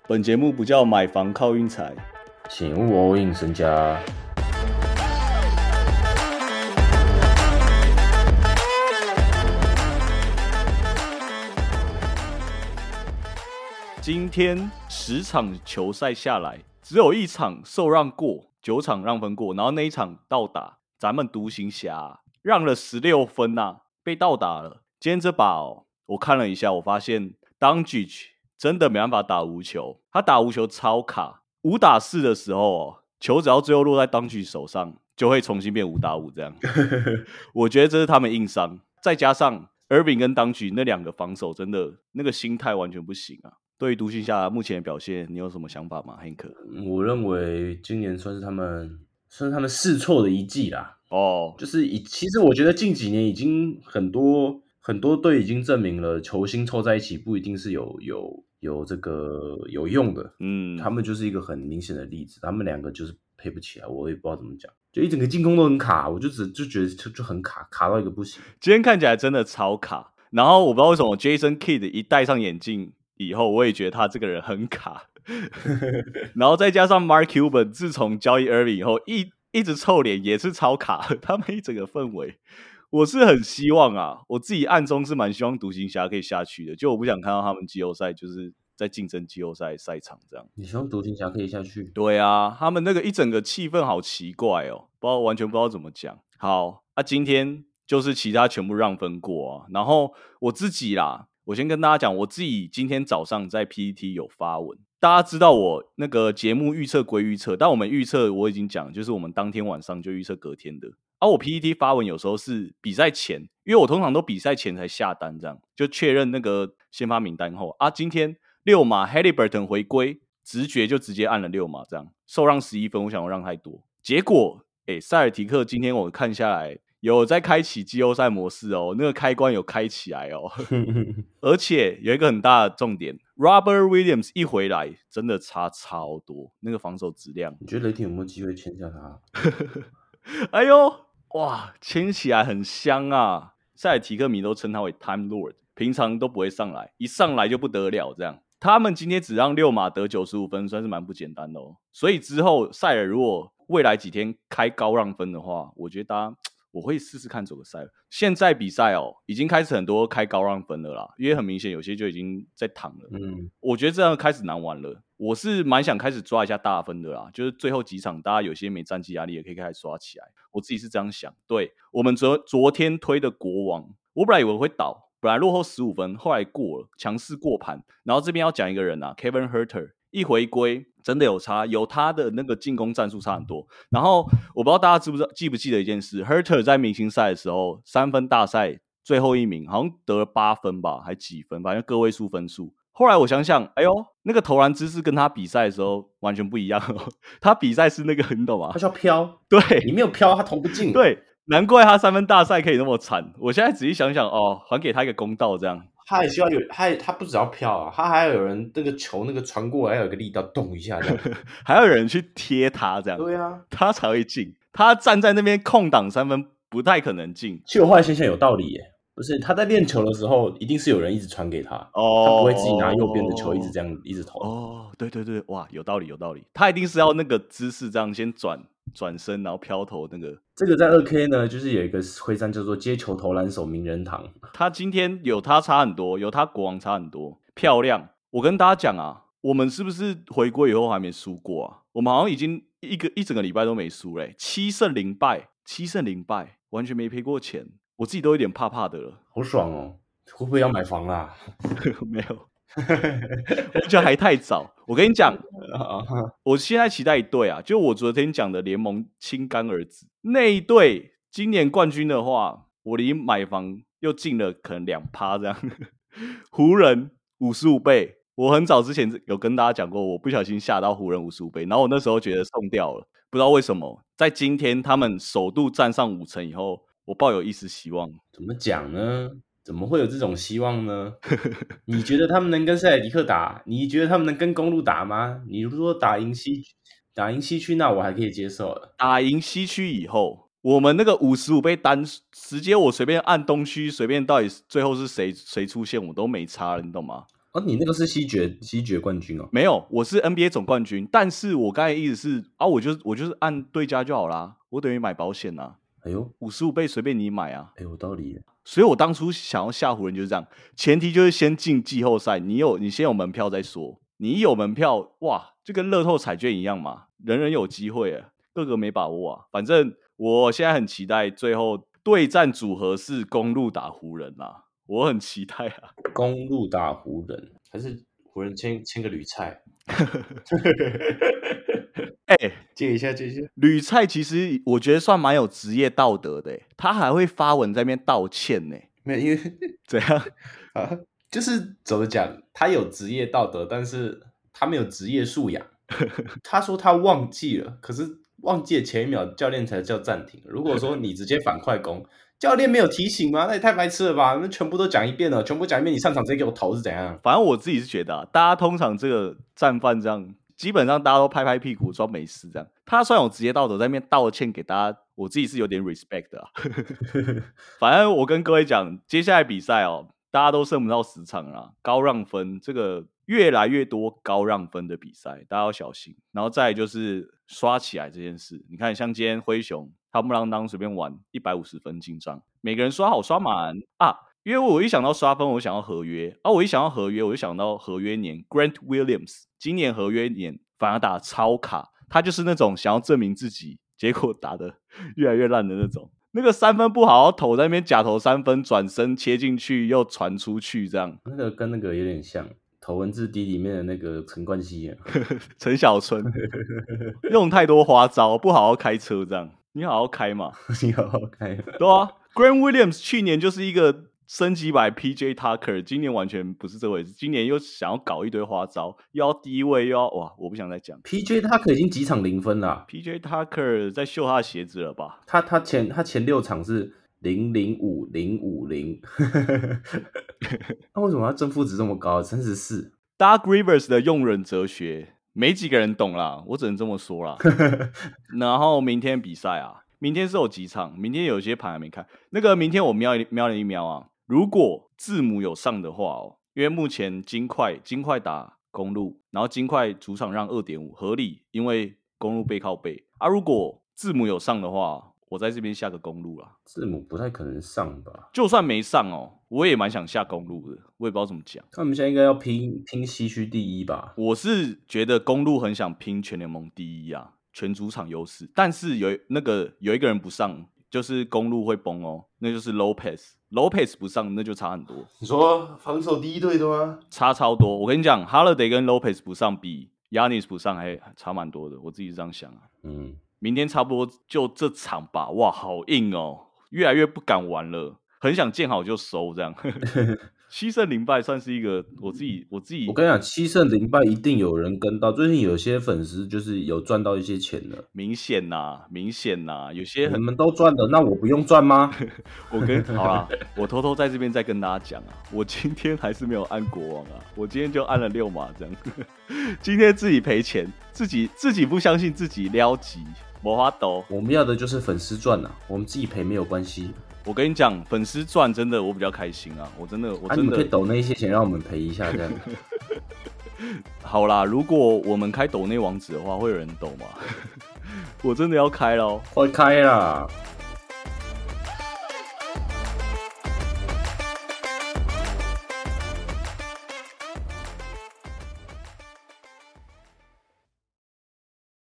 本节目不叫买房靠运财， 请勿 all in 身家。 今天10场球赛下来，只有1场受让过，9场让分过，然后那一场倒打，咱们独行侠让了16分啊，被倒打了。今天这把我看了一下，我发现 Doncic 真的没办法打无球，他打无球超卡，5打4的时候球只要最后落在 Doncic 手上，就会重新变5打5这样。我觉得这是他们硬伤，再加上 Irving 跟Doncic那2个防守，真的那个心态完全不行啊。对于独行侠目前的表现，你有什么想法吗，汉克？ 我认为今年算是他们试错的一季啦。就是其实我觉得近几年已经很多队已经证明了，球星凑在一起不一定是有用的。他们就是一个很明显的例子，他们2个就是配不起来，我也不知道怎么讲，就一整个进攻都很卡，我就觉得就很卡到一个不行。 今天看起来真的超卡，然后我不知道为什么 Jason Kidd 一戴上眼镜以后，我也觉得他这个人很卡。然后再加上 Mark Cuban 自从交易 Irving 以后，一直臭脸也是超卡，他们一整个氛围，我是很希望啊，我自己暗中是蛮希望独行侠可以下去的，就我不想看到他们季后赛就是在竞争季后赛赛场这样。 你希望独行侠可以下去？ 对啊，他们那个一整个气氛好奇怪哦，完全不知道怎么讲。好啊，今天就是其他全部让分过啊，然后我自己啦，我先跟大家讲，我自己今天早上在 PTT 有发文，大家知道我那个节目预测归预测，但我们预测我已经讲，就是我们当天晚上就预测隔天的。我 PTT 发文有时候是比赛前，因为我通常都比赛前才下单，这样就确认那个先发名单后啊，今天6码 Haliburton 回归，直觉就直接按了6码，这样受让11分，我想要让太多，结果塞尔提克今天我看下来有在开启季后赛模式那个开关有开起来而且有一个很大的重点 ，Robert Williams 一回来真的差超多，那个防守质量。 你觉得雷霆有没有机会签下他？ 哎呦，哇，签起来很香啊！塞尔提克迷都称他为 Time Lord， 平常都不会上来，一上来就不得了这样。他们今天只让6码得95分，算是蛮不简单的所以之后塞尔如果未来几天开高让分的话，我觉得我会试试看走个塞尔。现在比赛已经开始很多开高让分了啦，因为很明显有些就已经在躺了。我觉得这样开始难玩了。我是蛮想开始抓一下大分的啦，就是最后几场大家有些没战绩压力也可以开始刷起来。我自己是这样想。对，我们昨天推的国王，我本来以为会倒，本来落后15分，后来过了，强势过盘。然后这边要讲一个人Kevin Huerter 一回归真的有差，有他的那个进攻战术差很多。然后我不知道大家记不记得一件事 ，Huerter 在明星赛的时候3分大赛最后一名，好像得了8分吧，还几分，反正个位数分数。后来我想想，哎呦，那个投篮姿势跟他比赛的时候完全不一样他比赛是那个，你懂吗？ 他叫飘， 对， 你没有飘，他投不进。 对，难怪他3分大赛可以那么惨。我现在仔细想想，还给他一个公道，这样。 他也需要他不只要飘啊，他还要有人那个球那个传过来，要有个力道动一下这样， 还要有人去贴他这样。 对啊， 他才会进。他站在那边空档3分不太可能进。 其实我后来想想有道理耶。不是他在练球的时候，一定是有人一直传给他，他不会自己拿右边的球一直这样一直投。 对，哇，有道理。他一定是要那个姿势这样先转身，然后飘投那个。 这个在2K 呢，就是有一个徽章叫做接球投篮手名人堂。 他今天有他差很多，有他国王差很多，漂亮。我跟大家讲我们是不是回归以后还没输过我们好像已经一整个礼拜都没输嘞，7胜0败，完全没赔过钱。我自己都有点怕怕的了， 好爽哦！会不会要买房啦？ 没有，我觉得还太早。我跟你讲，我现在期待一队就我昨天讲的联盟亲干儿子那一队，今年冠军的话，我离买房又近了可能2%这样。湖人55倍，我很早之前有跟大家讲过，我不小心下到湖人55倍，然后我那时候觉得送掉了，不知道为什么，在今天他们首度站上5成以后。我抱有一丝希望。 怎么讲呢？怎么会有这种希望呢？你觉得他们能跟塞尔迪克打？你觉得他们能跟公鹿打吗？你如果打赢西区，那我还可以接受了。 打赢西区以后，我们那个55倍单，直接我随便按东区，随便到底最后是谁出现，我都没差了，你懂吗？ 哦，你那个是西决冠军哦？ 没有，我是 NBA 总冠军。但是我刚才意思是啊，我就是按对家就好啦，我等于买保险啊。 哎呦 ，55倍随便你买啊。 哎，有道理。 所以我当初想要吓唬人就是这样，前提就是先进季后赛，你先有门票再说。你一有门票，哇，就跟乐透彩券一样嘛，人人有机会啊，个个没把握啊。反正我现在很期待最后对战组合是公鹿打湖人啊，我很期待啊。 公鹿打湖人，还是湖人签个吕蔡？借一下。 吕蔡其实我觉得算蛮有职业道德的，他还会发文在那边道歉呢。 没有，因为怎样啊？就是怎么讲，他有职业道德，但是他没有职业素养。他说他忘记了，可是忘记的前一秒教练才叫暂停。如果说你直接反快攻，教练没有提醒吗？那也太白痴了吧！那全部都讲一遍了，全部讲一遍，你上场直接给我投是怎样？ 反正我自己是觉得大家通常这个战犯这样，基本上大家都拍拍屁股装没事这样。他算有职业道德，在那边道歉给大家，我自己是有点 respect 的。反正我跟各位讲，接下来比赛大家都剩不到10场啦，高让分这个越来越多高让分的比赛，大家要小心。然后再来就是刷起来这件事，你看像今天灰熊他们让当随便玩150分进账，每个人刷好刷满啊。因为我一想到刷分，我想到合约我一想到合约，我就想到合约年 Grant Williams 今年合约年反而打得超卡，他就是那种想要证明自己，结果打得越来越烂的那种。那个3分不好好投，在那边假投3分，转身切进去又传出去，这样。 那个跟那个有点像，头文字 D 里面的那个陈冠希陈小春用太多花招，不好好开车，这样你好好开嘛， 你好好开。 对啊 ，Grant Williams 去年就是一个升级版 PJ Tucker， 今年完全不是这回事，今年又想要搞一堆花招，又要低位，又要哇，我不想再讲。 PJ Tucker 已经几场0分了 ，PJ Tucker 在秀他的鞋子了吧？ 他前6场是0.05，0.50，那为什么他正负值这么高？34。 Doug Rivers 的用人哲学，没几个人懂啦，我只能这么说啦。然后明天比赛明天是有几场，明天有些盘还没看。那个明天我瞄了一瞄如果字母有上的话因为目前金块打公鹿，然后金块主场让 2.5 合理，因为公鹿背靠背如果字母有上的话，我在这边下个公鹿啦。 字母不太可能上吧？ 就算没上我也蛮想下公鹿的，我也不知道怎么讲。 他们现在应该要拼西区第一吧？ 我是觉得公鹿很想拼全联盟第一全主场优势，但是有一个人不上，就是公鹿会崩那就是 Lopez 不上，那就差很多。 你说防守第一队的吗？ 差超多。我跟你讲 ，Holiday 跟 Lopez 不上比 Giannis 不上还差蛮多的，我自己是这样想明天差不多就这场吧，哇，好硬越来越不敢玩了，很想见好就收这样。7胜0败算是一个我自己， 我跟你讲，7胜0败一定有人跟到。最近有些粉丝就是有赚到一些钱了， 明显呐，有些你们都赚的，那我不用赚吗？ 好啦，我偷偷在这边再跟大家讲我今天还是没有按国王我今天就按了6码这样。今天自己赔钱，自己不相信自己撩级，没法抖。 我们要的就是粉丝赚我们自己赔没有关系。 我跟你讲，粉丝赚真的我比较开心我真的你可以抖那些钱让我们赔一下这样。 好啦，如果我们开抖内网址的话，会有人抖吗？我真的要开咯， 会开啦。